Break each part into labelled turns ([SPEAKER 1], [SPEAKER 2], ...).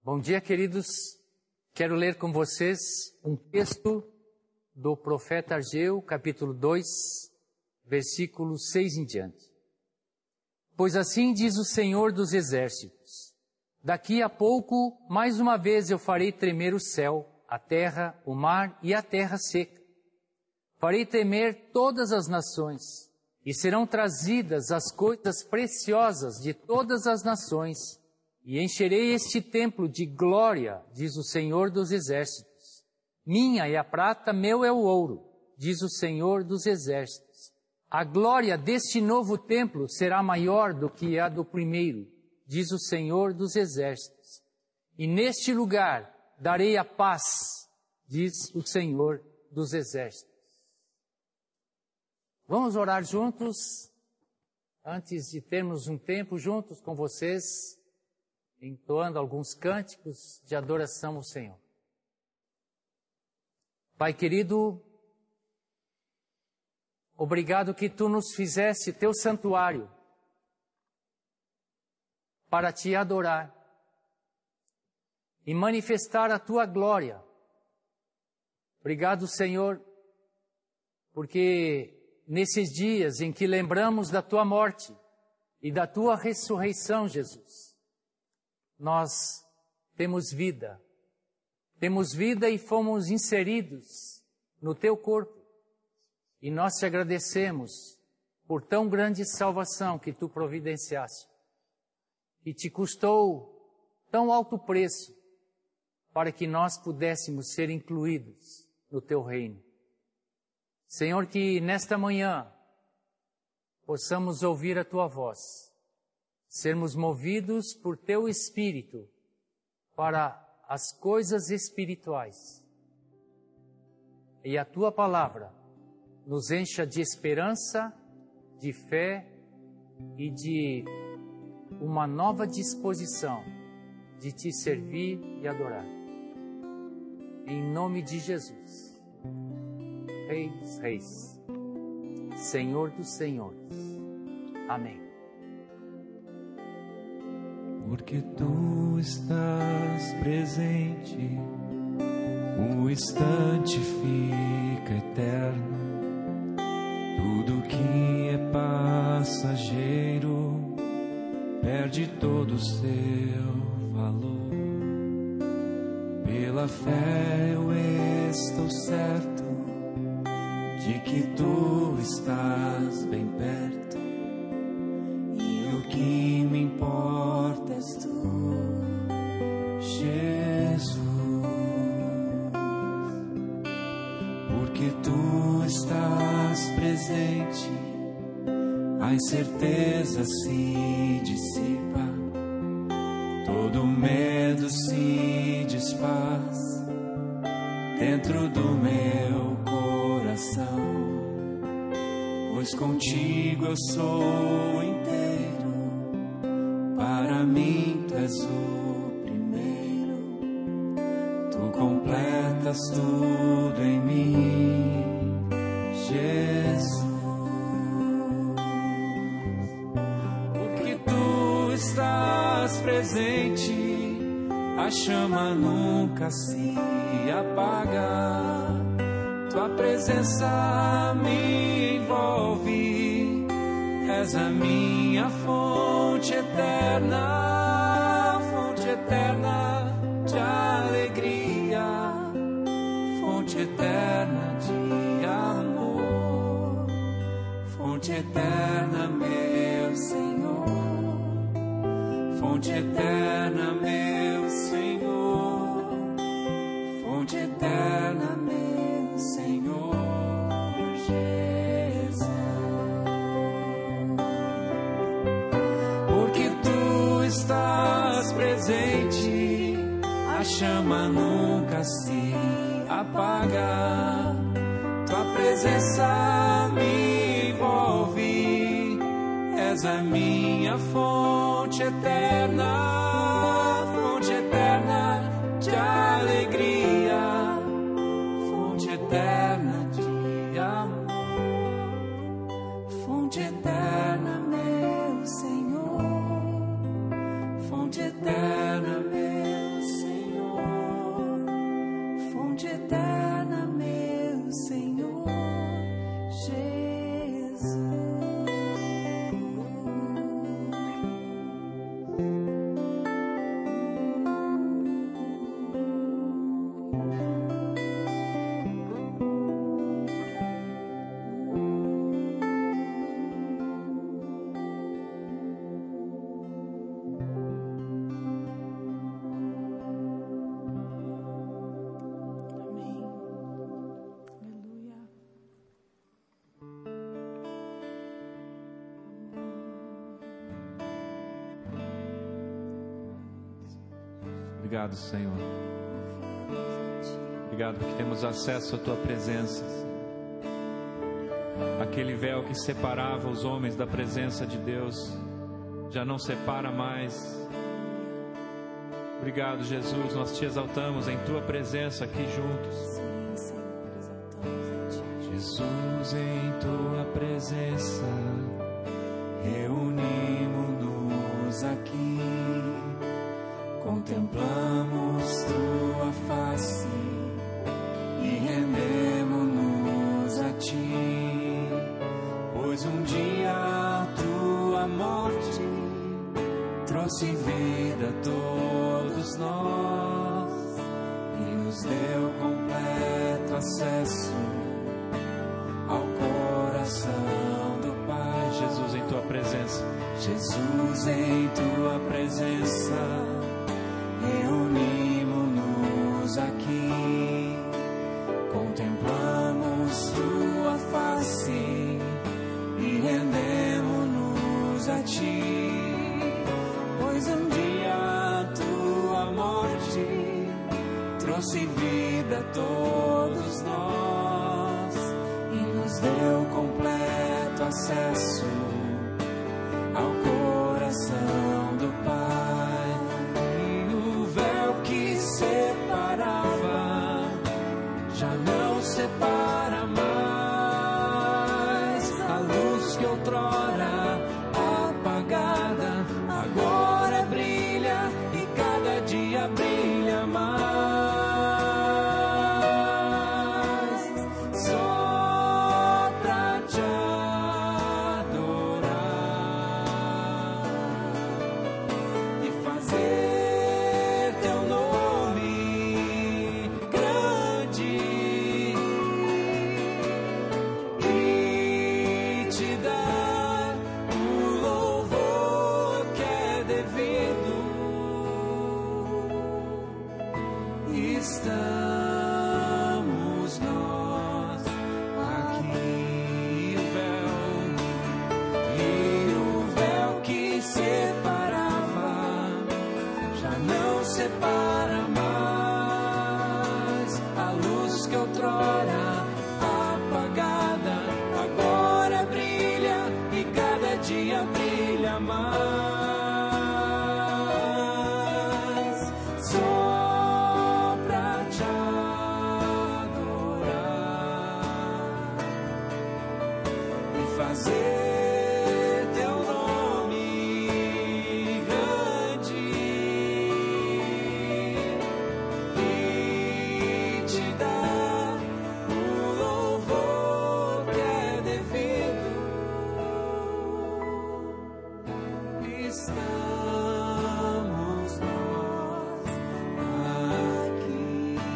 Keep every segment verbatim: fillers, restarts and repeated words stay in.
[SPEAKER 1] Bom dia, queridos. Quero ler com vocês um texto do profeta Ageu, capítulo dois, versículo seis em diante. Pois assim diz o Senhor dos Exércitos: daqui a pouco, mais uma vez eu farei tremer o céu, a terra, o mar e a terra seca. Farei tremer todas as nações, e serão trazidas as coisas preciosas de todas as nações, e encherei este templo de glória, diz o Senhor dos Exércitos. Minha é a prata, meu é o ouro, diz o Senhor dos Exércitos. A glória deste novo templo será maior do que a do primeiro, diz o Senhor dos Exércitos. E neste lugar darei a paz, diz o Senhor dos Exércitos. Vamos orar juntos, antes de termos um tempo juntos com vocês, entoando alguns cânticos de adoração ao Senhor. Pai querido, obrigado que Tu nos fizeste Teu santuário para Te adorar e manifestar a Tua glória. Obrigado, Senhor, porque nesses dias em que lembramos da Tua morte e da Tua ressurreição, Jesus, nós temos vida. Temos vida e fomos inseridos no Teu corpo. E nós Te agradecemos por tão grande salvação que Tu providenciaste. E Te custou tão alto preço para que nós pudéssemos ser incluídos no Teu reino. Senhor, que nesta manhã possamos ouvir a Tua voz, sermos movidos por Teu Espírito para as coisas espirituais. E a Tua palavra nos encha de esperança, de fé e de uma nova disposição de Te servir e adorar. Em nome de Jesus, Rei dos Reis, Senhor dos Senhores. Amém.
[SPEAKER 2] Porque Tu estás presente, o instante fica eterno. Tudo que é passageiro perde todo o seu valor. Pela fé eu estou certo de que Tu estás bem perto. O que me importa és Tu, Jesus, porque Tu estás presente, a incerteza se dissipa, todo medo se desfaz dentro do meu coração, pois contigo eu sou inteiro. Para mim Tu és o primeiro, Tu completas tudo em mim, Jesus. Porque Tu estás presente, a chama nunca se apaga. Tua presença me envolve, és a minha fonte eterna, fonte eterna de alegria, fonte eterna de amor, fonte eterna, meu Senhor, fonte eterna, meu Senhor, fonte eterna, meu Senhor, Jesus. Estás presente, a chama nunca se apaga. Tua presença me envolve, és a minha fonte eterna, fonte eterna de alegria, fonte eterna de amor, fonte eterna, meu Senhor, fonte eterna, meu Senhor. Obrigado, Senhor. Obrigado porque temos acesso à Tua presença. Aquele véu que separava os homens da presença de Deus já não separa mais. Obrigado, Jesus, nós te exaltamos em Tua presença aqui juntos. Jesus, em Tua presença reunimos-nos aqui, contemplamos Tua face e rendemos-nos a Ti, pois um dia a Tua morte trouxe vida a todos nós e nos deu completo acesso ao coração do Pai. Jesus, em Tua presença, Jesus, em Tua presença reunimos-nos aqui, contemplamos Tua face e rendemos-nos a Ti, pois um dia a Tua morte trouxe vida a todos nós e nos deu completo acesso ao coração do Pai. E o véu que separava já não separa mais. A luz que outrora apagada agora brilha e cada dia brilha mais. Só pra te adorar e fazer Teu nome grande e te dar o louvor que é devido. Estamos nós aqui. O véu, e o véu que separava já não separa mais. A luz que outrora apagada agora brilha e cada dia brilha mais. Só pra te adorar e fazer Teu nome grande e te dar o louvor que é devido. Estamos nós aqui.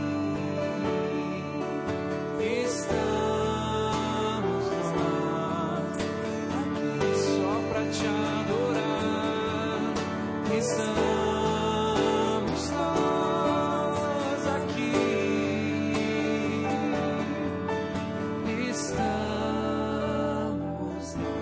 [SPEAKER 2] Estamos nós aqui só pra te adorar. Estamos nós aqui. Estamos nós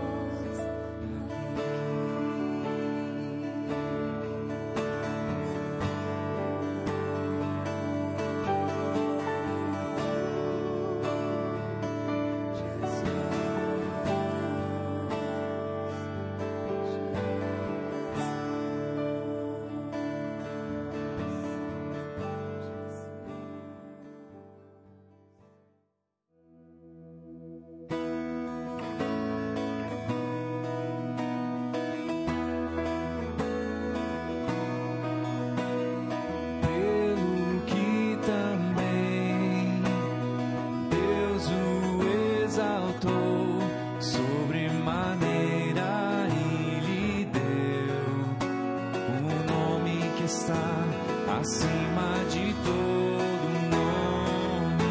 [SPEAKER 2] pelo que também Deus o exaltou sobremaneira e lhe deu o nome que está acima de todo nome,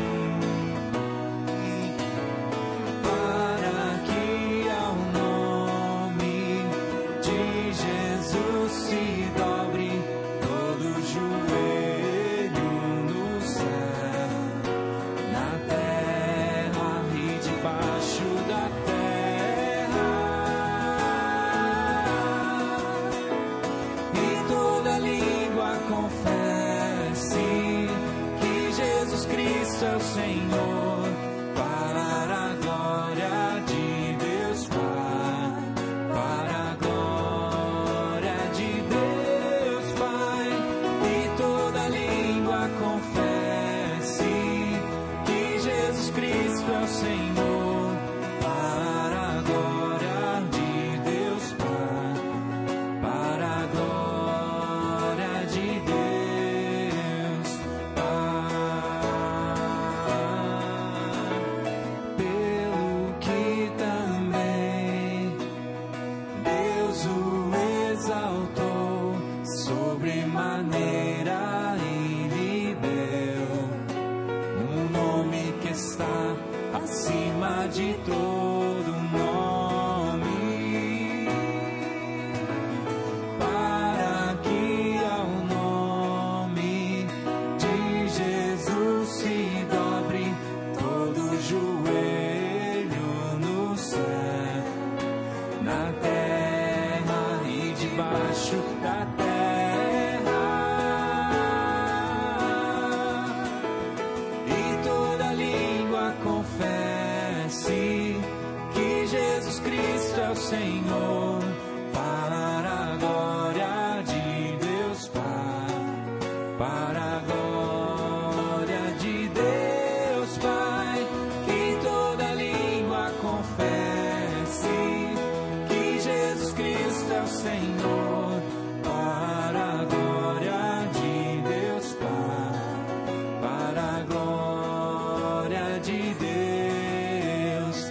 [SPEAKER 2] para que ao nome de Jesus se dobre todo joelho no céu, na terra e debaixo da terra, e toda língua confessa sobremaneira ele deu um nome que está acima de todo nome, para que ao nome de Jesus se dobre todo joelho no céu, na terra e debaixo da terra, e toda língua confesse que Jesus Cristo é o Senhor, para a glória de Deus Pai, para a glória de Deus Pai, que toda língua confesse que Jesus Cristo é o Senhor, para a glória de Deus Pai, para a glória de Deus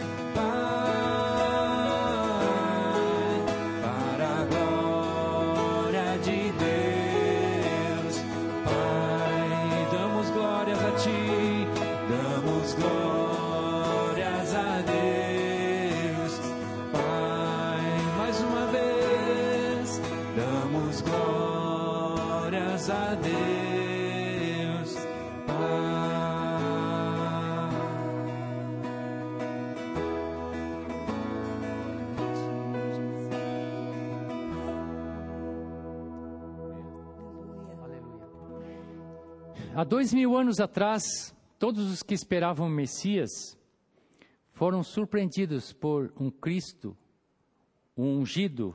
[SPEAKER 2] Pai, para a glória de Deus Pai. Damos glórias a Ti, damos glórias a Deus Pai. Mais uma vez, damos glórias a Deus Pai.
[SPEAKER 1] Aleluia. Há dois mil anos atrás, todos os que esperavam o Messias foram surpreendidos por um Cristo, um ungido,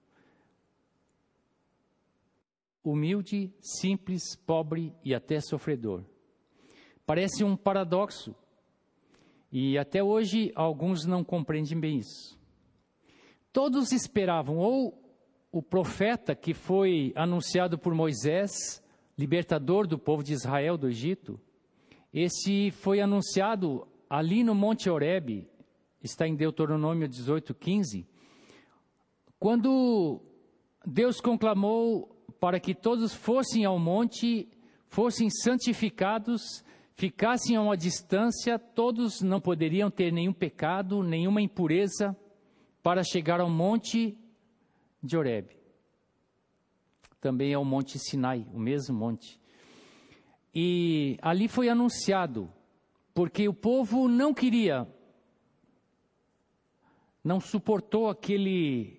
[SPEAKER 1] humilde, simples, pobre e até sofredor. Parece um paradoxo, e até hoje alguns não compreendem bem isso. Todos esperavam ou o profeta que foi anunciado por Moisés, libertador do povo de Israel do Egito. Esse foi anunciado ali no Monte Horebe, está em Deuteronômio dezoito, quinze, quando Deus conclamou para que todos fossem ao monte, fossem santificados, ficassem a uma distância, todos não poderiam ter nenhum pecado, nenhuma impureza, para chegar ao monte de Horebe. Também é o Monte Sinai, o mesmo monte. E ali foi anunciado, porque o povo não queria, não suportou aquele,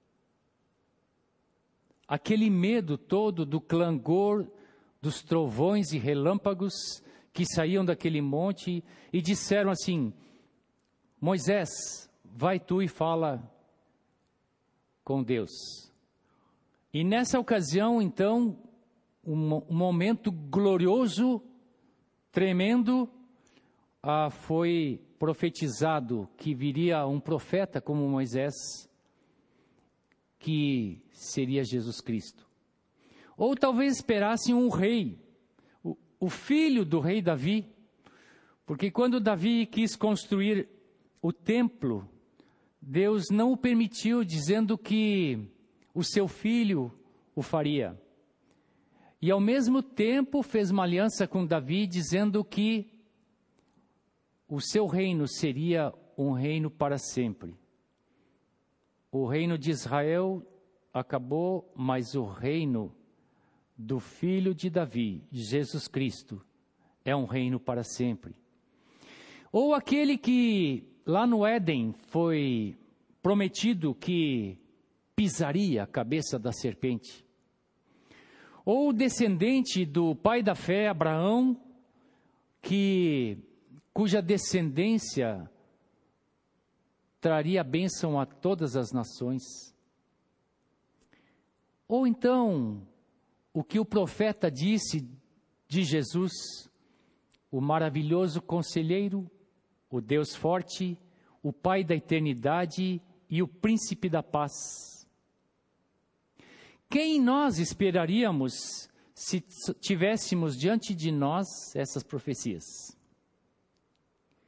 [SPEAKER 1] aquele medo todo do clangor, dos trovões e relâmpagos que saíam daquele monte, e disseram assim: Moisés, vai tu e fala com Deus. E nessa ocasião, então, um, um momento glorioso, tremendo, ah, foi profetizado que viria um profeta como Moisés, que seria Jesus Cristo. Ou talvez esperassem um rei, o, o filho do rei Davi, porque quando Davi quis construir o templo, Deus não o permitiu, dizendo que o seu filho o faria. E ao mesmo tempo fez uma aliança com Davi, dizendo que o seu reino seria um reino para sempre. O reino de Israel acabou, mas o reino do filho de Davi, Jesus Cristo, é um reino para sempre. Ou aquele que lá no Éden foi prometido que pisaria a cabeça da serpente. Ou o descendente do pai da fé, Abraão, que, cuja descendência traria bênção a todas as nações. Ou então, o que o profeta disse de Jesus, o maravilhoso conselheiro, o Deus forte, o Pai da eternidade e o príncipe da paz. Quem nós esperaríamos se tivéssemos diante de nós essas profecias?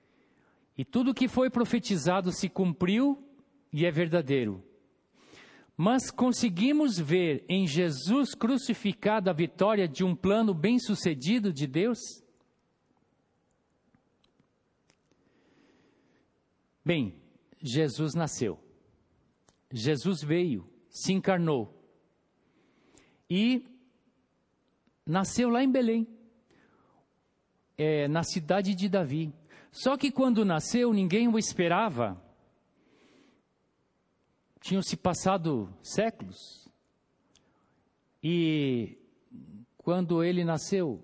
[SPEAKER 1] E tudo que foi profetizado se cumpriu e é verdadeiro. Mas conseguimos ver em Jesus crucificado a vitória de um plano bem-sucedido de Deus? Bem, Jesus nasceu. Jesus veio, se encarnou. E nasceu lá em Belém, é, na cidade de Davi. Só que quando nasceu, ninguém o esperava. Tinham se passado séculos. E quando ele nasceu,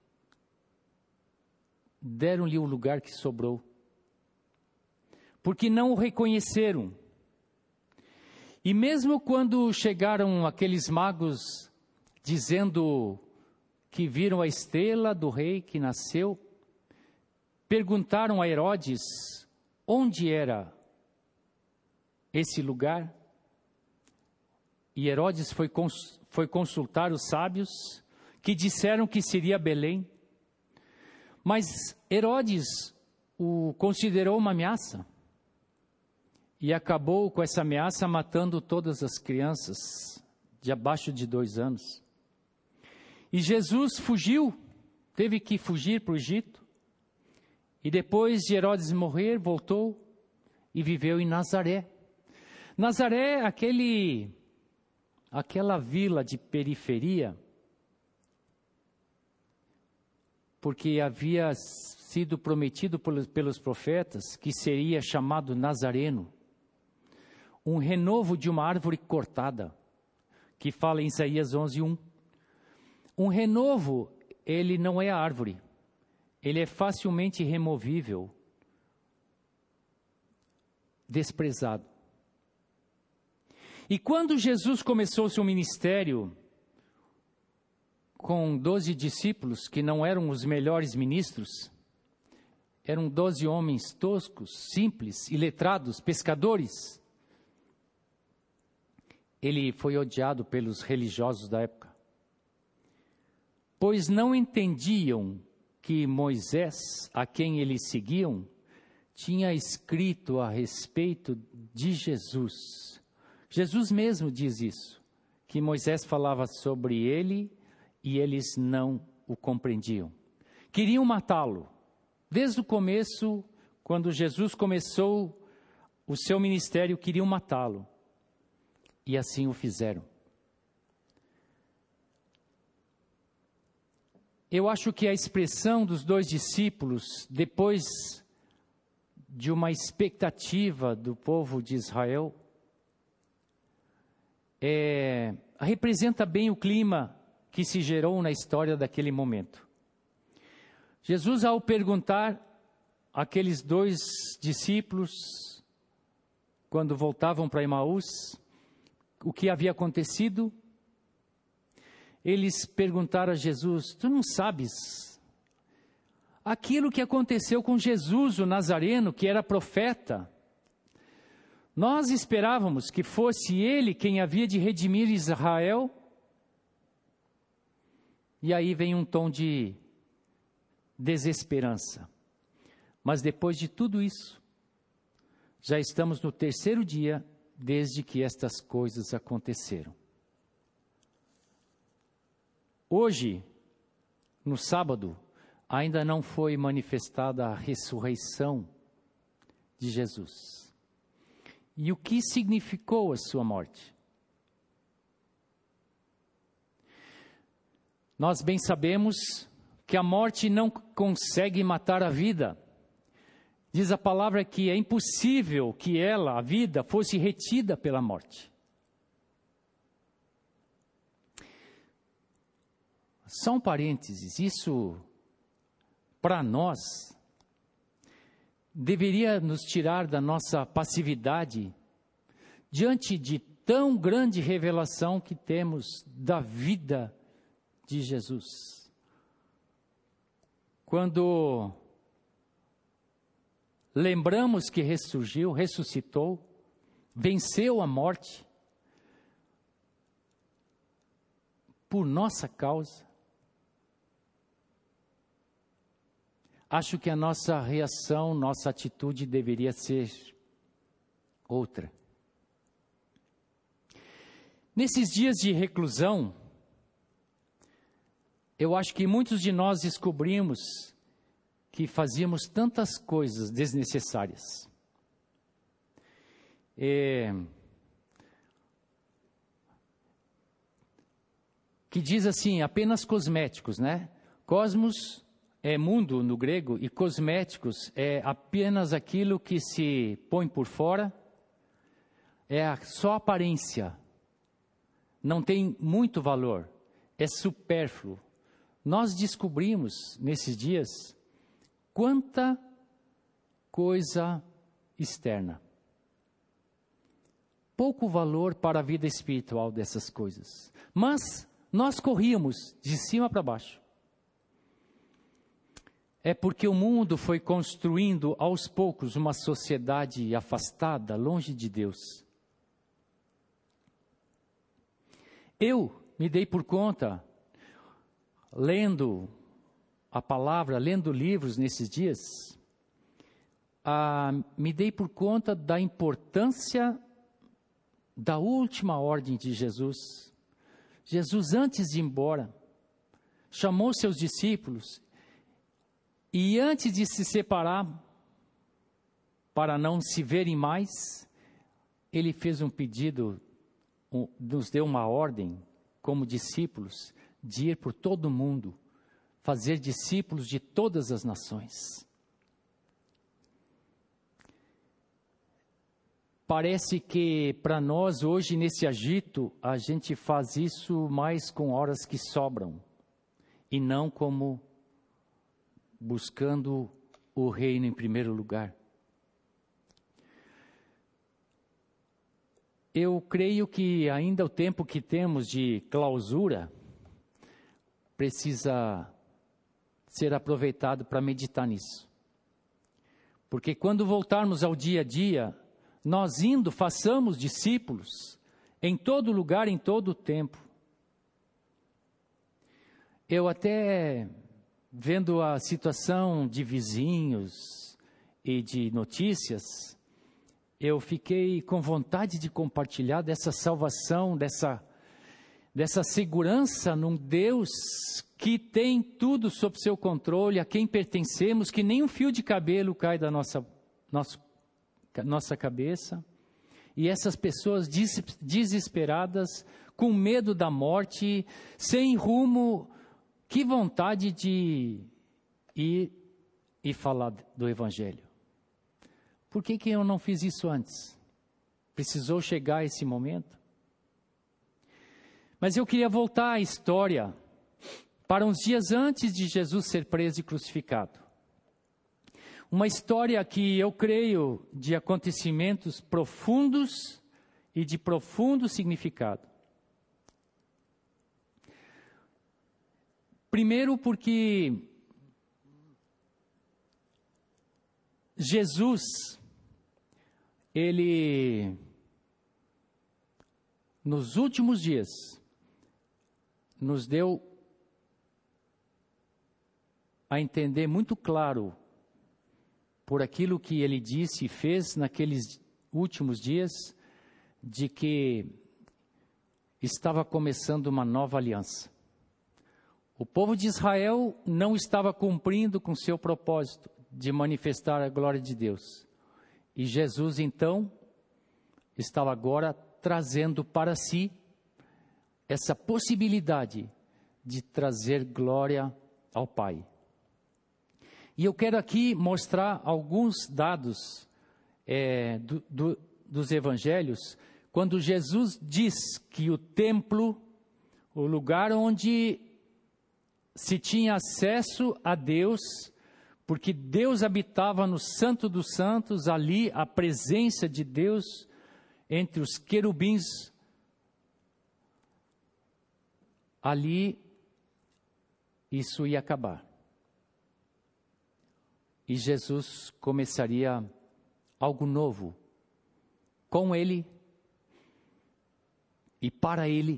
[SPEAKER 1] deram-lhe o lugar que sobrou. Porque não o reconheceram. E mesmo quando chegaram aqueles magos dizendo que viram a estrela do rei que nasceu, perguntaram a Herodes onde era esse lugar. E Herodes foi, cons- foi consultar os sábios, que disseram que seria Belém. Mas Herodes o considerou uma ameaça. E acabou com essa ameaça matando todas as crianças de abaixo de dois anos. E Jesus fugiu, teve que fugir para o Egito. E depois de Herodes morrer, voltou e viveu em Nazaré. Nazaré, aquele, aquela vila de periferia, porque havia sido prometido pelos, pelos profetas que seria chamado Nazareno. Um renovo de uma árvore cortada, que fala em Isaías onze, um. Um renovo, ele não é a árvore, ele é facilmente removível, desprezado. E quando Jesus começou seu ministério, com doze discípulos, que não eram os melhores ministros, eram doze homens toscos, simples, iletrados, pescadores, ele foi odiado pelos religiosos da época, pois não entendiam que Moisés, a quem eles seguiam, tinha escrito a respeito de Jesus. Jesus mesmo diz isso, que Moisés falava sobre ele e eles não o compreendiam. Queriam matá-lo. Desde o começo, quando Jesus começou o seu ministério, queriam matá-lo. E assim o fizeram. Eu acho que a expressão dos dois discípulos, depois de uma expectativa do povo de Israel, é, representa bem o clima que se gerou na história daquele momento. Jesus, ao perguntar àqueles dois discípulos, quando voltavam para Emaús, o que havia acontecido, eles perguntaram a Jesus: tu não sabes aquilo que aconteceu com Jesus, o Nazareno, que era profeta? Nós esperávamos que fosse ele quem havia de redimir Israel. E aí vem um tom de desesperança. Mas depois de tudo isso, já estamos no terceiro dia desde que estas coisas aconteceram. Hoje, no sábado, ainda não foi manifestada a ressurreição de Jesus. E o que significou a sua morte? Nós bem sabemos que a morte não consegue matar a vida. Diz a palavra que é impossível que ela, a vida, fosse retida pela morte. Só um parênteses, isso, para nós, deveria nos tirar da nossa passividade diante de tão grande revelação que temos da vida de Jesus. Quando lembramos que ressurgiu, ressuscitou, venceu a morte por nossa causa, acho que a nossa reação, nossa atitude deveria ser outra. Nesses dias de reclusão, eu acho que muitos de nós descobrimos que fazíamos tantas coisas desnecessárias. É, que diz assim, apenas cosméticos, né? Cosmos é mundo no grego e cosméticos é apenas aquilo que se põe por fora, é a só aparência, não tem muito valor, é supérfluo. Nós descobrimos nesses dias quanta coisa externa. Pouco valor para a vida espiritual dessas coisas. Mas nós corríamos de cima para baixo. É porque o mundo foi construindo aos poucos uma sociedade afastada, longe de Deus. Eu me dei por conta, lendo a palavra, lendo livros nesses dias, ah, me dei por conta da importância da última ordem de Jesus. Jesus, antes de ir embora, chamou seus discípulos e antes de se separar, para não se verem mais, ele fez um pedido, um, nos deu uma ordem como discípulos de ir por todo o mundo, fazer discípulos de todas as nações. Parece que para nós hoje nesse agito, a gente faz isso mais com horas que sobram, e não como buscando o reino em primeiro lugar. Eu creio que ainda o tempo que temos de clausura precisa ser aproveitado para meditar nisso. Porque quando voltarmos ao dia a dia, nós indo, façamos discípulos em todo lugar, em todo o tempo. Eu até, vendo a situação de vizinhos e de notícias, eu fiquei com vontade de compartilhar dessa salvação, dessa, dessa segurança num Deus que tem tudo sob seu controle, a quem pertencemos, que nem um fio de cabelo cai da nossa, nosso, nossa cabeça. E essas pessoas des, desesperadas, com medo da morte, sem rumo, que vontade de ir e falar do Evangelho. Por que que eu não fiz isso antes? Precisou chegar esse momento? Mas eu queria voltar à história para uns dias antes de Jesus ser preso e crucificado. Uma história que eu creio de acontecimentos profundos e de profundo significado. Primeiro porque Jesus, ele, nos últimos dias, nos deu a entender muito claro, por aquilo que ele disse e fez naqueles últimos dias, de que estava começando uma nova aliança. O povo de Israel não estava cumprindo com seu propósito de manifestar a glória de Deus. E Jesus, então, estava agora trazendo para si essa possibilidade de trazer glória ao Pai. E eu quero aqui mostrar alguns dados é, do, do, dos evangelhos, quando Jesus diz que o templo, o lugar onde se tinha acesso a Deus, porque Deus habitava no Santo dos Santos, ali a presença de Deus entre os querubins, ali isso ia acabar. E Jesus começaria algo novo com Ele e para Ele.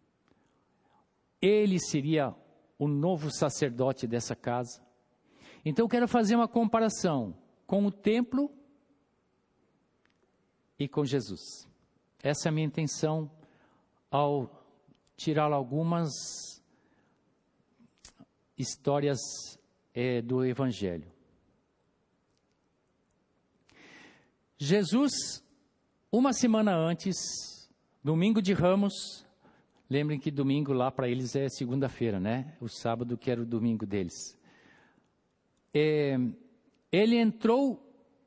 [SPEAKER 1] Ele seria o novo sacerdote dessa casa. Então eu quero fazer uma comparação com o templo e com Jesus. Essa é a minha intenção ao tirar algumas histórias é, do Evangelho. Jesus, uma semana antes, domingo de Ramos, lembrem que domingo lá para eles é segunda-feira, né? O sábado que era o domingo deles. É, ele entrou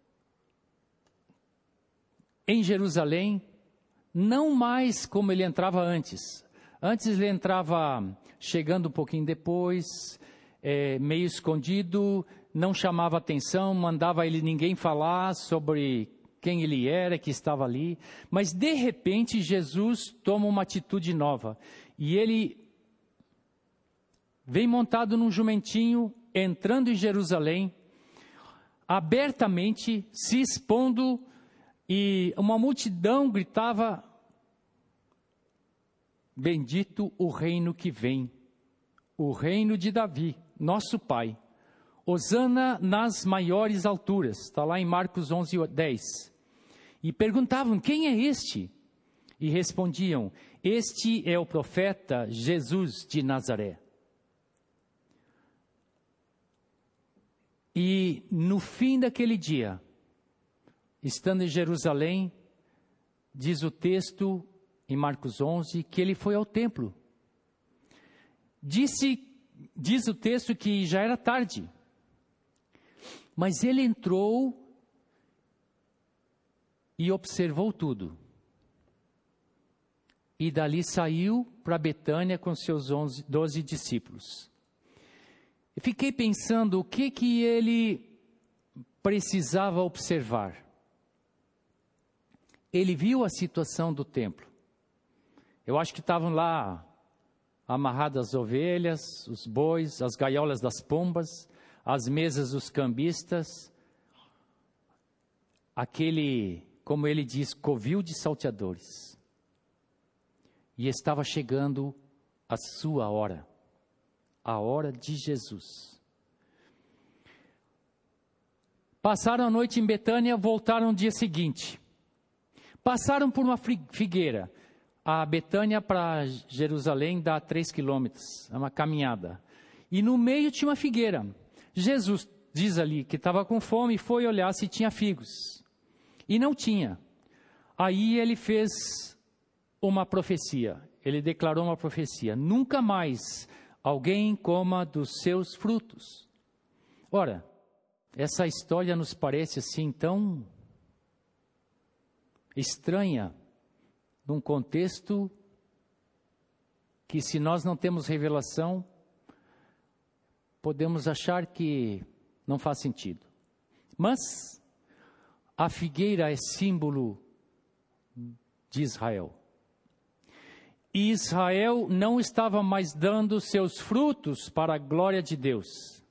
[SPEAKER 1] em Jerusalém, não mais como ele entrava antes. Antes ele entrava chegando um pouquinho depois, é, meio escondido, não chamava atenção, mandava ele ninguém falar sobre quem ele era, que estava ali. Mas de repente Jesus toma uma atitude nova. E ele vem montado num jumentinho, entrando em Jerusalém, abertamente, se expondo, e uma multidão gritava: bendito o reino que vem, o reino de Davi, nosso pai. Hosana nas maiores alturas. Está lá em Marcos onze, dez. E perguntavam: quem é este? E respondiam: este é o profeta Jesus de Nazaré. E no fim daquele dia, estando em Jerusalém, diz o texto em Marcos onze, que ele foi ao templo. Disse, diz o texto que já era tarde, mas ele entrou e observou tudo. E dali saiu para Betânia com seus onze, doze discípulos. Eu fiquei pensando o que, que ele precisava observar. Ele viu a situação do templo. Eu acho que estavam lá amarradas as ovelhas, os bois, as gaiolas das pombas, as mesas dos cambistas, aquele, como ele diz, covil de salteadores. E estava chegando a sua hora, a hora de Jesus. Passaram a noite em Betânia, voltaram no dia seguinte. Passaram por uma figueira. A Betânia para Jerusalém dá três quilômetros, é uma caminhada. E no meio tinha uma figueira. Jesus diz ali que estava com fome e foi olhar se tinha figos. E não tinha. Aí ele fez uma profecia. Ele declarou uma profecia: nunca mais alguém coma dos seus frutos. Ora, essa história nos parece assim tão estranha, num contexto que, se nós não temos revelação, podemos achar que não faz sentido. Mas a figueira é símbolo de Israel. E Israel não estava mais dando seus frutos para a glória de Deus.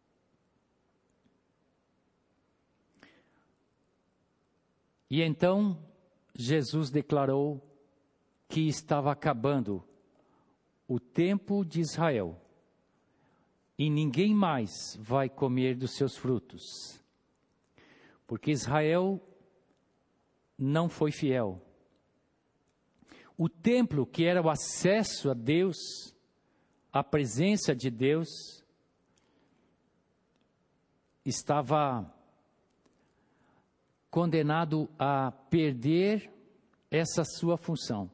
[SPEAKER 1] E então Jesus declarou que estava acabando o tempo de Israel e ninguém mais vai comer dos seus frutos, porque Israel não foi fiel. O templo, que era o acesso a Deus, a presença de Deus, estava condenado a perder essa sua função.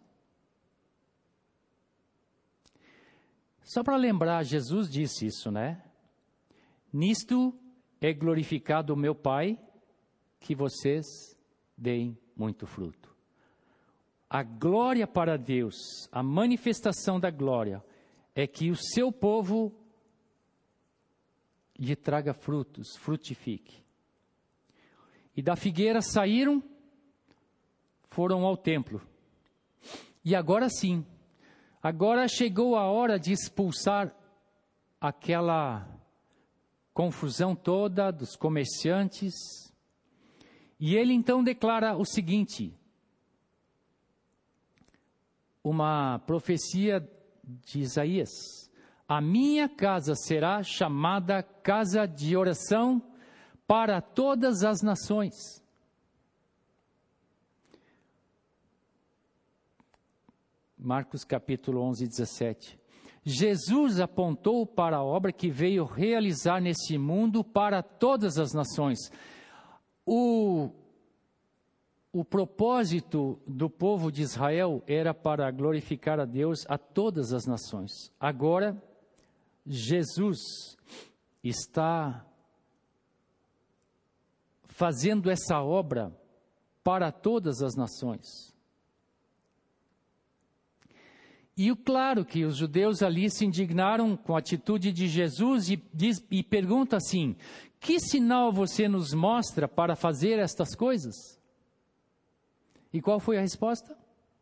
[SPEAKER 1] Só para lembrar, Jesus disse isso, né? Nisto é glorificado o meu Pai, que vocês deem muito fruto. A glória para Deus, a manifestação da glória, é que o seu povo lhe traga frutos, frutifique. E da figueira saíram, foram ao templo. E agora sim, agora chegou a hora de expulsar aquela confusão toda dos comerciantes. E ele então declara o seguinte, uma profecia de Isaías: a minha casa será chamada casa de oração para todas as nações. Marcos capítulo onze, dezessete. Jesus apontou para a obra que veio realizar nesse mundo para todas as nações. O, o propósito do povo de Israel era para glorificar a Deus a todas as nações. Agora, Jesus está fazendo essa obra para todas as nações. E claro que os judeus ali se indignaram com a atitude de Jesus e, diz, e perguntam assim: que sinal você nos mostra para fazer estas coisas? E qual foi a resposta?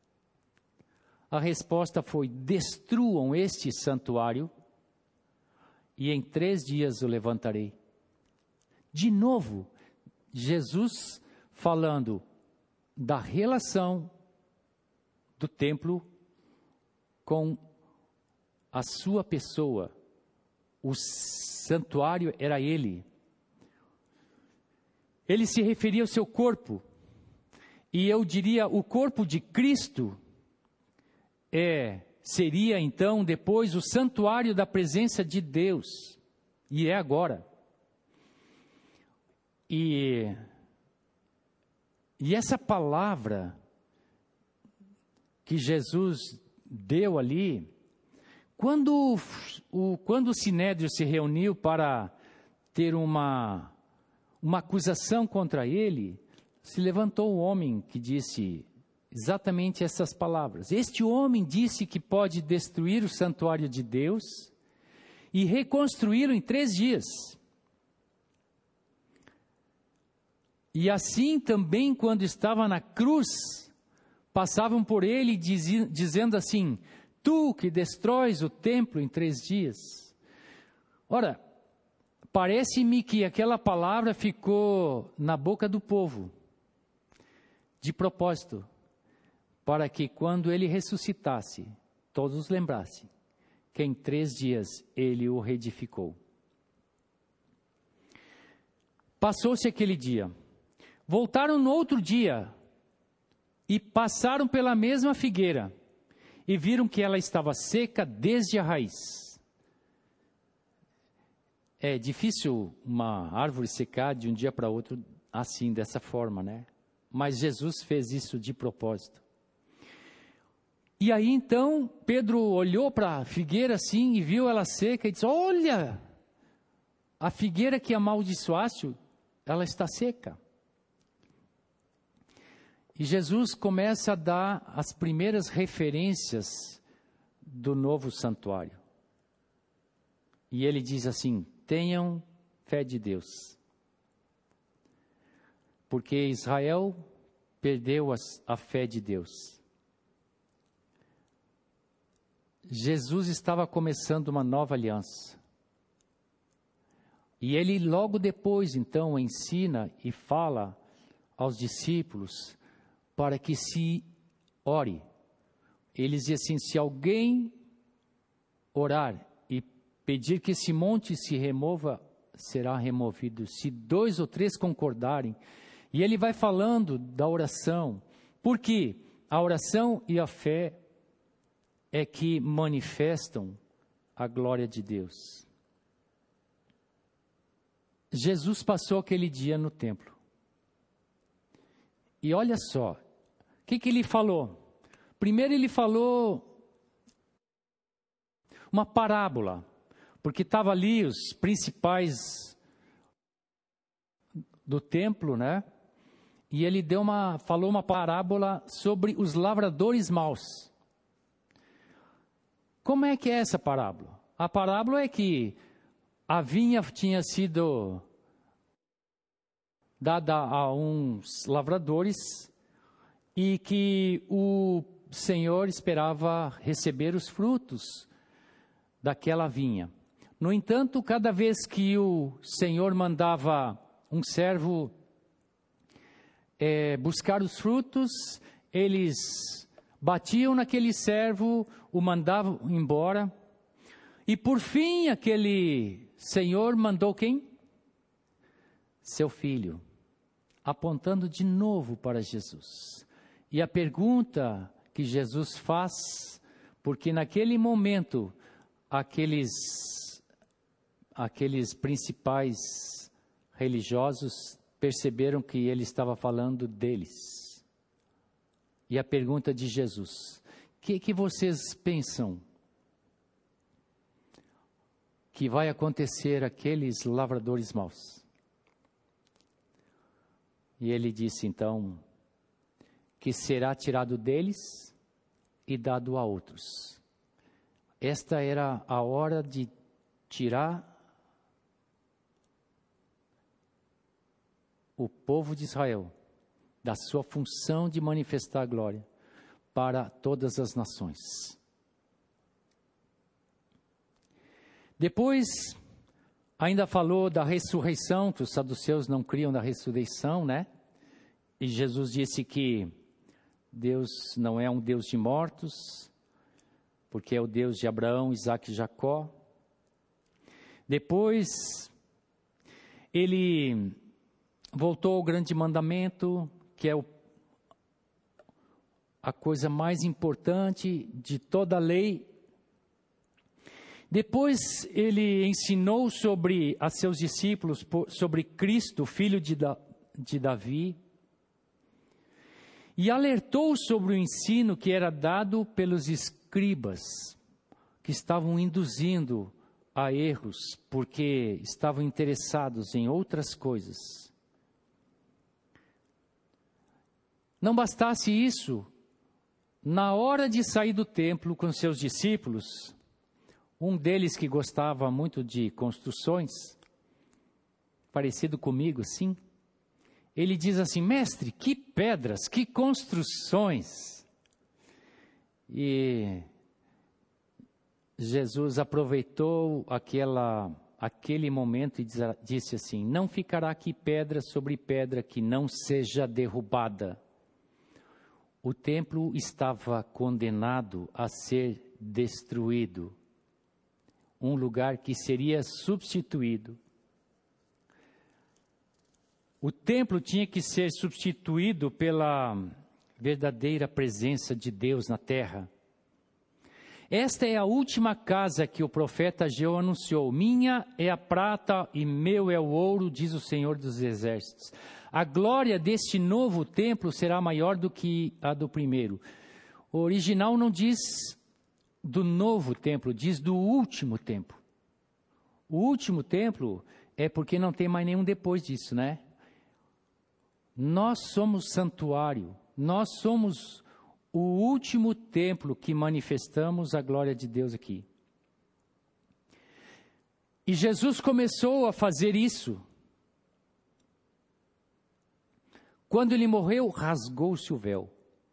[SPEAKER 1] A resposta foi: destruam este santuário e em três dias o levantarei. De novo, Jesus falando da relação do templo com a sua pessoa. O santuário era ele. Ele se referia ao seu corpo. E eu diria, o corpo de Cristo é, seria então depois o santuário da presença de Deus. E é agora. E, e essa palavra que Jesus deu ali, quando o, quando o Sinédrio se reuniu para ter uma, uma acusação contra ele, se levantou um homem que disse exatamente essas palavras. Este homem disse que pode destruir o santuário de Deus e reconstruí-lo em três dias. E assim também, quando estava na cruz, passavam por ele dizi, dizendo assim: tu que destróis o templo em três dias. Ora, parece-me que aquela palavra ficou na boca do povo, de propósito, para que quando ele ressuscitasse, todos lembrassem que em três dias ele o reedificou. Passou-se aquele dia. Voltaram no outro dia e passaram pela mesma figueira e viram que ela estava seca desde a raiz. É difícil uma árvore secar de um dia para outro assim, dessa forma, né? Mas Jesus fez isso de propósito. E aí então Pedro olhou para a figueira assim e viu ela seca e disse: olha, a figueira que amaldiçoaste, ela está seca. E Jesus começa a dar as primeiras referências do novo santuário. E ele diz assim: tenham fé de Deus. Porque Israel perdeu as, a fé de Deus. Jesus estava começando uma nova aliança. E ele logo depois, então, ensina e fala aos discípulos para que se ore. Ele diz assim: se alguém orar e pedir que esse monte se remova, será removido. Se dois ou três concordarem. E ele vai falando da oração, porque a oração e a fé é que manifestam a glória de Deus. Jesus passou aquele dia no templo. E olha só, o que, que ele falou? Primeiro ele falou uma parábola, porque estavam ali os principais do templo, né? E ele deu uma, falou uma parábola sobre os lavradores maus. Como é que é essa parábola? A parábola é que a vinha tinha sido dada a uns lavradores e que o Senhor esperava receber os frutos daquela vinha. No entanto, cada vez que o Senhor mandava um servo é, buscar os frutos, eles batiam naquele servo, o mandavam embora. E por fim, aquele Senhor mandou quem? Seu filho, apontando de novo para Jesus. E a pergunta que Jesus faz, porque naquele momento, aqueles, aqueles principais religiosos perceberam que ele estava falando deles. E a pergunta de Jesus: o que, que vocês pensam que vai acontecer àqueles lavradores maus? E ele disse então que será tirado deles e dado a outros. Esta era a hora de tirar o povo de Israel da sua função de manifestar a glória para todas as nações. Depois, ainda falou da ressurreição, que os saduceus não criam na ressurreição, né? E Jesus disse que Deus não é um Deus de mortos, porque é o Deus de Abraão, Isaque e Jacó. Depois, ele voltou ao grande mandamento, que é o, a coisa mais importante de toda a lei. Depois ele ensinou sobre a seus discípulos, sobre Cristo, filho de, da, de Davi, e alertou sobre o ensino que era dado pelos escribas, que estavam induzindo a erros, porque estavam interessados em outras coisas. Não bastasse isso, na hora de sair do templo com seus discípulos, um deles que gostava muito de construções, parecido comigo, sim, ele diz assim: mestre, que pedras, que construções! E Jesus aproveitou aquela, aquele momento e diz, disse assim: não ficará aqui pedra sobre pedra que não seja derrubada. O templo estava condenado a ser destruído, um lugar que seria substituído. O templo tinha que ser substituído pela verdadeira presença de Deus na terra. Esta é a última casa que o profeta Ageu anunciou. Minha é a prata e meu é o ouro, diz o Senhor dos Exércitos. A glória deste novo templo será maior do que a do primeiro. O original não diz do novo templo, diz do último templo. O último templo é porque não tem mais nenhum depois disso, né? Nós somos santuário, nós somos o último templo que manifestamos a glória de Deus aqui. E Jesus começou a fazer isso. Quando ele morreu, rasgou-se o véu.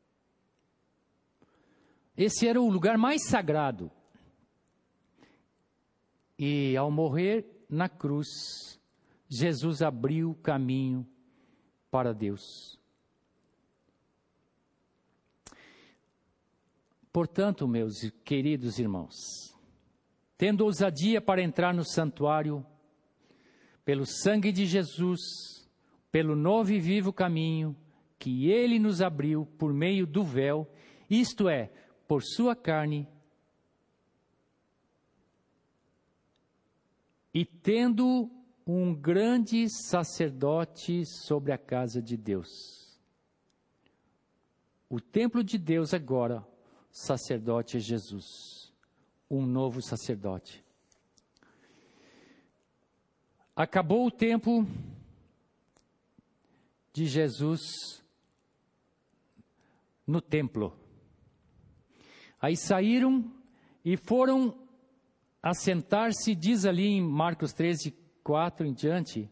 [SPEAKER 1] Esse era o lugar mais sagrado. E ao morrer na cruz, Jesus abriu o caminho para Deus. Portanto, meus queridos irmãos, tendo ousadia para entrar no santuário, pelo sangue de Jesus, pelo novo e vivo caminho que Ele nos abriu por meio do véu, isto é, por sua carne, e tendo um grande sacerdote sobre a casa de Deus. O templo de Deus agora, sacerdote é Jesus, um novo sacerdote. Acabou o tempo de Jesus no templo. Aí saíram e foram assentar-se, diz ali em Marcos treze, quatro em diante,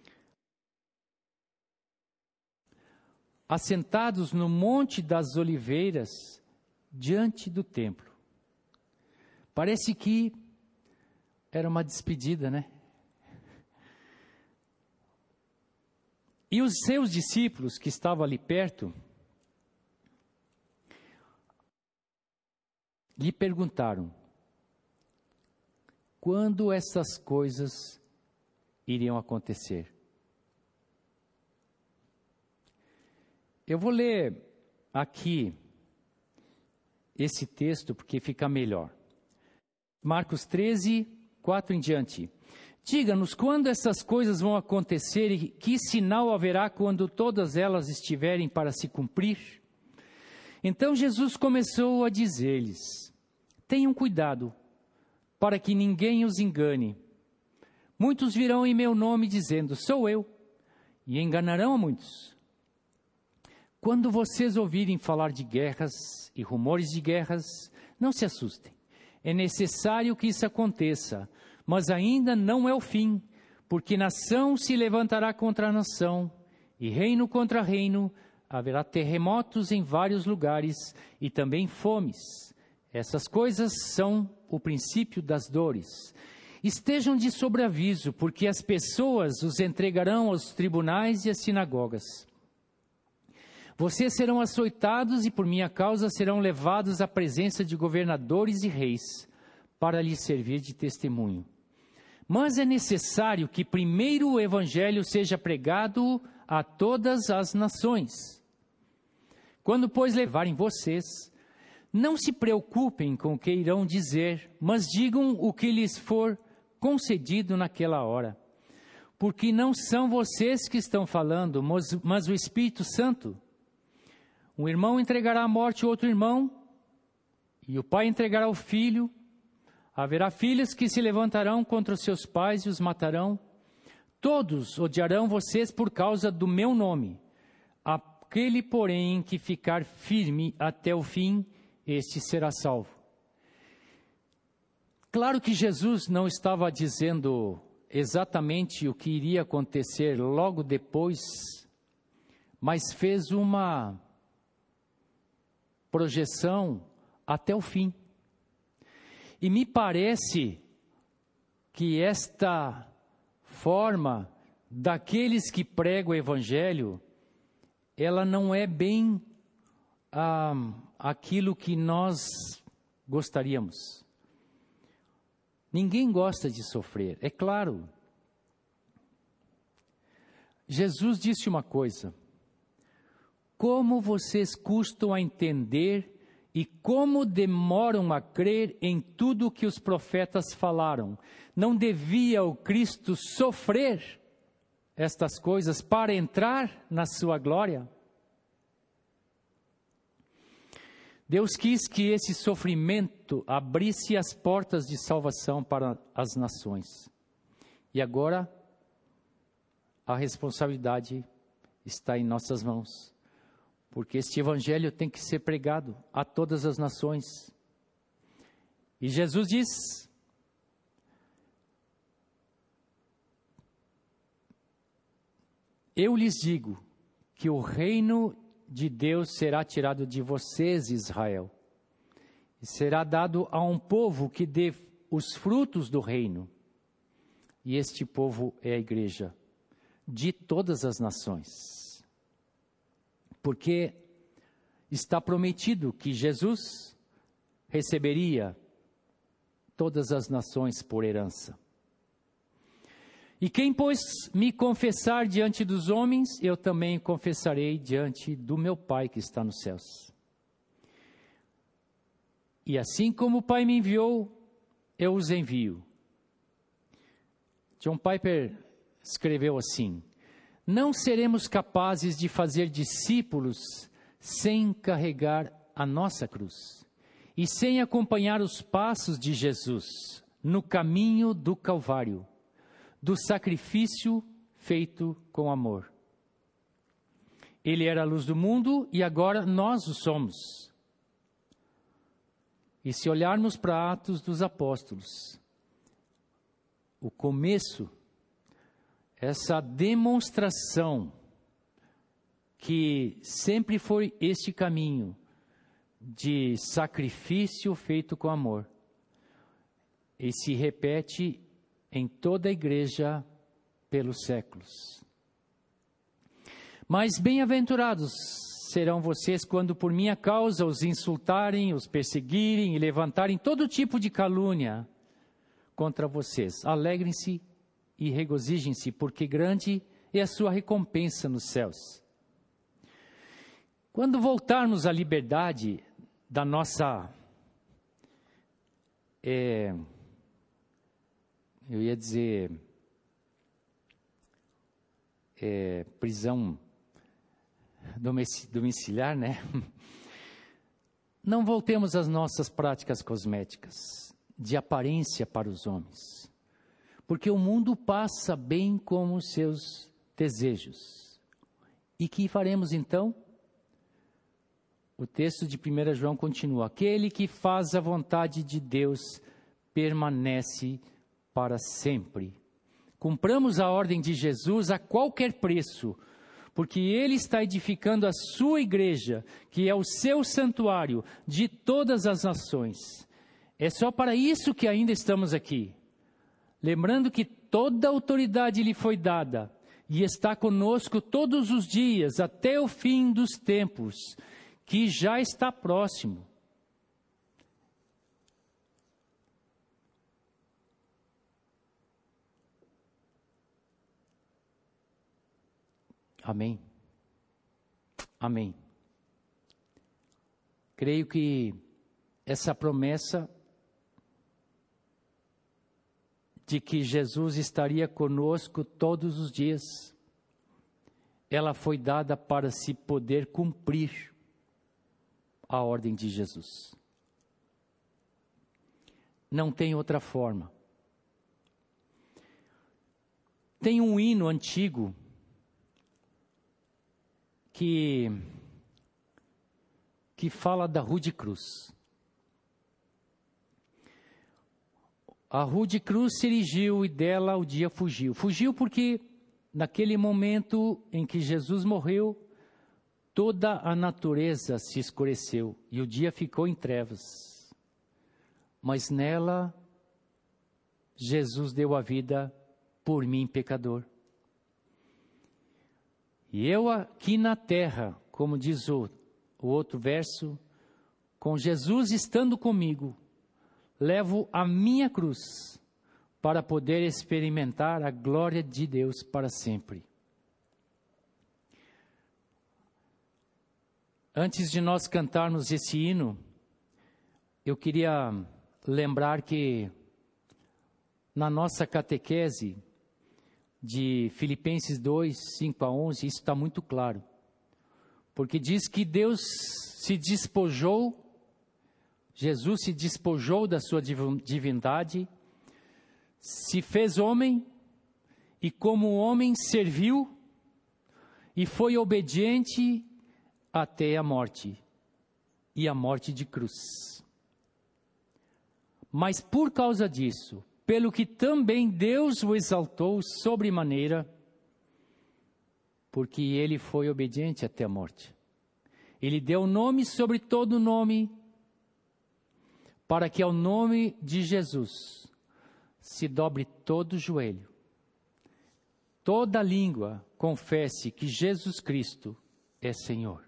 [SPEAKER 1] assentados no Monte das Oliveiras, diante do templo. Parece que era uma despedida, né? E os seus discípulos que estavam ali perto, lhe perguntaram, quando essas coisas iriam acontecer? Eu vou ler aqui esse texto porque fica melhor. Marcos treze, quatro em diante. Diga-nos quando essas coisas vão acontecer e que sinal haverá quando todas elas estiverem para se cumprir? Então Jesus começou a dizer-lhes: tenham cuidado, para que ninguém os engane. Muitos virão em meu nome dizendo, sou eu, e enganarão a muitos. Quando vocês ouvirem falar de guerras e rumores de guerras, não se assustem. É necessário que isso aconteça, mas ainda não é o fim, porque nação se levantará contra nação, e reino contra reino, haverá terremotos em vários lugares, e também fomes. Essas coisas são o princípio das dores. Estejam de sobreaviso, porque as pessoas os entregarão aos tribunais e às sinagogas. Vocês serão açoitados e por minha causa serão levados à presença de governadores e reis, para lhes servir de testemunho. Mas é necessário que primeiro o evangelho seja pregado a todas as nações. Quando, pois, levarem vocês, não se preocupem com o que irão dizer, mas digam o que lhes for concedido naquela hora. Porque não são vocês que estão falando, mas, mas o Espírito Santo. Um irmão entregará à morte outro irmão, e o pai entregará o filho. Haverá filhos que se levantarão contra os seus pais e os matarão. Todos odiarão vocês por causa do meu nome. Aquele, porém, que ficar firme até o fim, este será salvo. Claro que Jesus não estava dizendo exatamente o que iria acontecer logo depois, mas fez uma projeção até o fim. E me parece que esta forma daqueles que pregam o Evangelho, ela não é bem ah, aquilo que nós gostaríamos. Ninguém gosta de sofrer, é claro. Jesus disse uma coisa: como vocês custam a entender e como demoram a crer em tudo o que os profetas falaram. Não devia o Cristo sofrer estas coisas para entrar na sua glória? Deus quis que esse sofrimento abrisse as portas de salvação para as nações. E agora, a responsabilidade está em nossas mãos. Porque este evangelho tem que ser pregado a todas as nações. E Jesus diz: eu lhes digo que o reino de Deus será tirado de vocês, Israel, e será dado a um povo que dê os frutos do reino. E este povo é a igreja de todas as nações. Porque está prometido que Jesus receberia todas as nações por herança. E quem, pois, me confessar diante dos homens, eu também confessarei diante do meu Pai que está nos céus. E assim como o Pai me enviou, eu os envio. John Piper escreveu assim: não seremos capazes de fazer discípulos sem carregar a nossa cruz e sem acompanhar os passos de Jesus no caminho do Calvário, do sacrifício feito com amor. Ele era a luz do mundo e agora nós o somos. E se olharmos para Atos dos Apóstolos, o começo, essa demonstração que sempre foi este caminho de sacrifício feito com amor, e se repete em toda a igreja pelos séculos. Mas bem-aventurados serão vocês quando por minha causa os insultarem, os perseguirem e levantarem todo tipo de calúnia contra vocês. Alegrem-se e regozijem-se, porque grande é a sua recompensa nos céus. Quando voltarmos à liberdade, da nossa, é, eu ia dizer, é, prisão domiciliar, né? Não voltemos às nossas práticas cosméticas, de aparência para os homens, porque o mundo passa bem como os seus desejos. E que faremos então? O texto de primeira João continua: aquele que faz a vontade de Deus permanece para sempre. Cumpramos a ordem de Jesus a qualquer preço, porque Ele está edificando a sua igreja, que é o seu santuário de todas as nações. É só para isso que ainda estamos aqui. Lembrando que toda autoridade lhe foi dada e está conosco todos os dias até o fim dos tempos, que já está próximo. Amém. Amém. Creio que essa promessa de que Jesus estaria conosco todos os dias, ela foi dada para se poder cumprir a ordem de Jesus. Não tem outra forma. Tem um hino antigo que, que fala da Rude Cruz. A Rude Cruz se erigiu e dela o dia fugiu. Fugiu porque naquele momento em que Jesus morreu, toda a natureza se escureceu e o dia ficou em trevas. Mas nela, Jesus deu a vida por mim, pecador. E eu aqui na terra, como diz o, o outro verso, com Jesus estando comigo, levo a minha cruz para poder experimentar a glória de Deus para sempre. Antes de nós cantarmos esse hino, eu queria lembrar que na nossa catequese de Filipenses dois, cinco a onze, isso está muito claro. Porque diz que Deus se despojou, Jesus se despojou da sua divindade, se fez homem e como homem serviu e foi obediente até a morte, e a morte de cruz. Mas por causa disso, pelo que também Deus o exaltou sobremaneira, porque ele foi obediente até a morte. Ele deu nome sobre todo nome, para que ao nome de Jesus se dobre todo o joelho, toda língua confesse que Jesus Cristo é Senhor.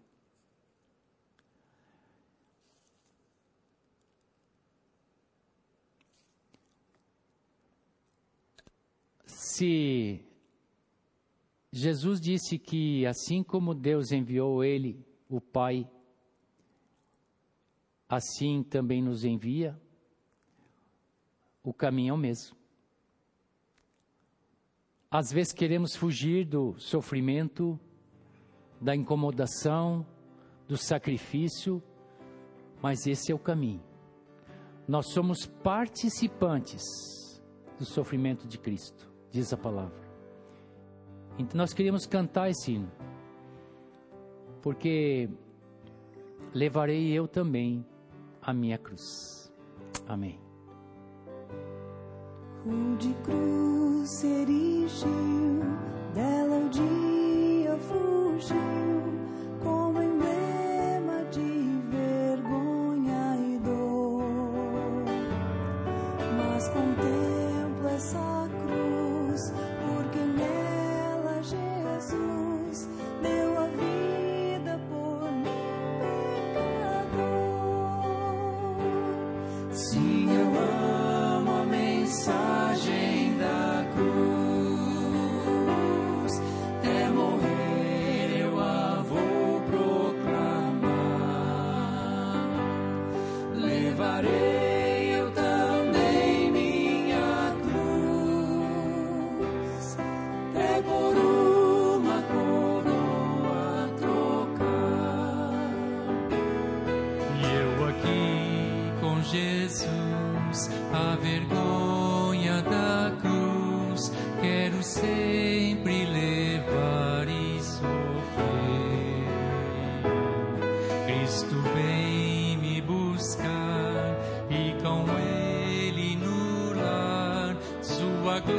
[SPEAKER 1] Se Jesus disse que assim como Deus enviou ele, o Pai, assim também nos envia, o caminho é o mesmo. Às vezes queremos fugir do sofrimento, da incomodação, do sacrifício, mas esse é o caminho. Nós somos participantes do sofrimento de Cristo, diz a palavra. Então nós queríamos cantar esse hino, porque levarei eu também a minha cruz. Amém.
[SPEAKER 3] Rude cruz se erigiu, dela o dia fugiu, como emblema de vergonha e dor. Mas contemplo essa cruz, porque nela Jesus deu a vida por mim, pecador. Sim, eu amo a mensagem da cruz, até morrer eu a vou proclamar.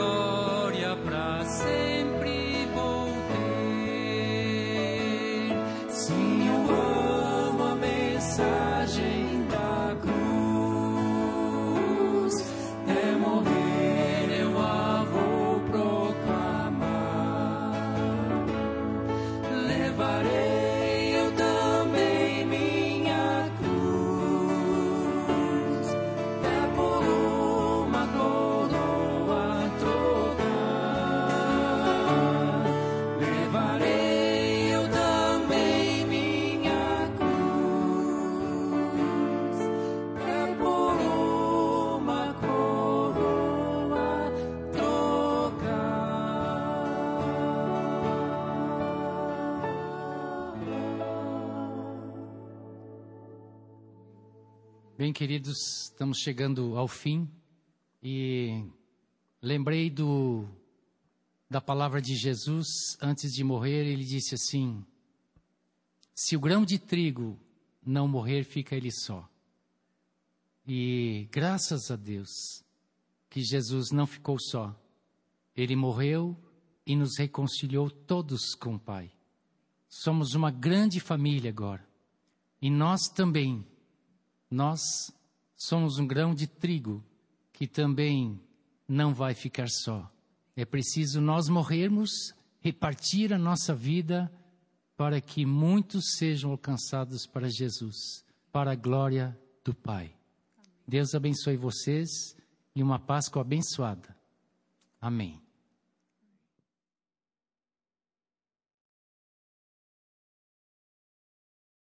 [SPEAKER 3] glória pra sempre vou ter. Sim, eu amo a mensagem da cruz. É morrer, eu a vou proclamar. Levarei eu também minha cruz. É por uma coroa trocar. Levarei eu também minha cruz. É por uma coroa trocar.
[SPEAKER 1] Bem, queridos, estamos chegando ao fim e lembrei do, da palavra de Jesus antes de morrer. Ele disse assim: se o grão de trigo não morrer, fica ele só. E graças a Deus que Jesus não ficou só. Ele morreu e nos reconciliou todos com o Pai. Somos uma grande família agora. E nós também, nós somos um grão de trigo que também não vai ficar só. É preciso nós morrermos, repartir a nossa vida para que muitos sejam alcançados para Jesus, para a glória do Pai. Deus abençoe vocês e uma Páscoa abençoada. Amém.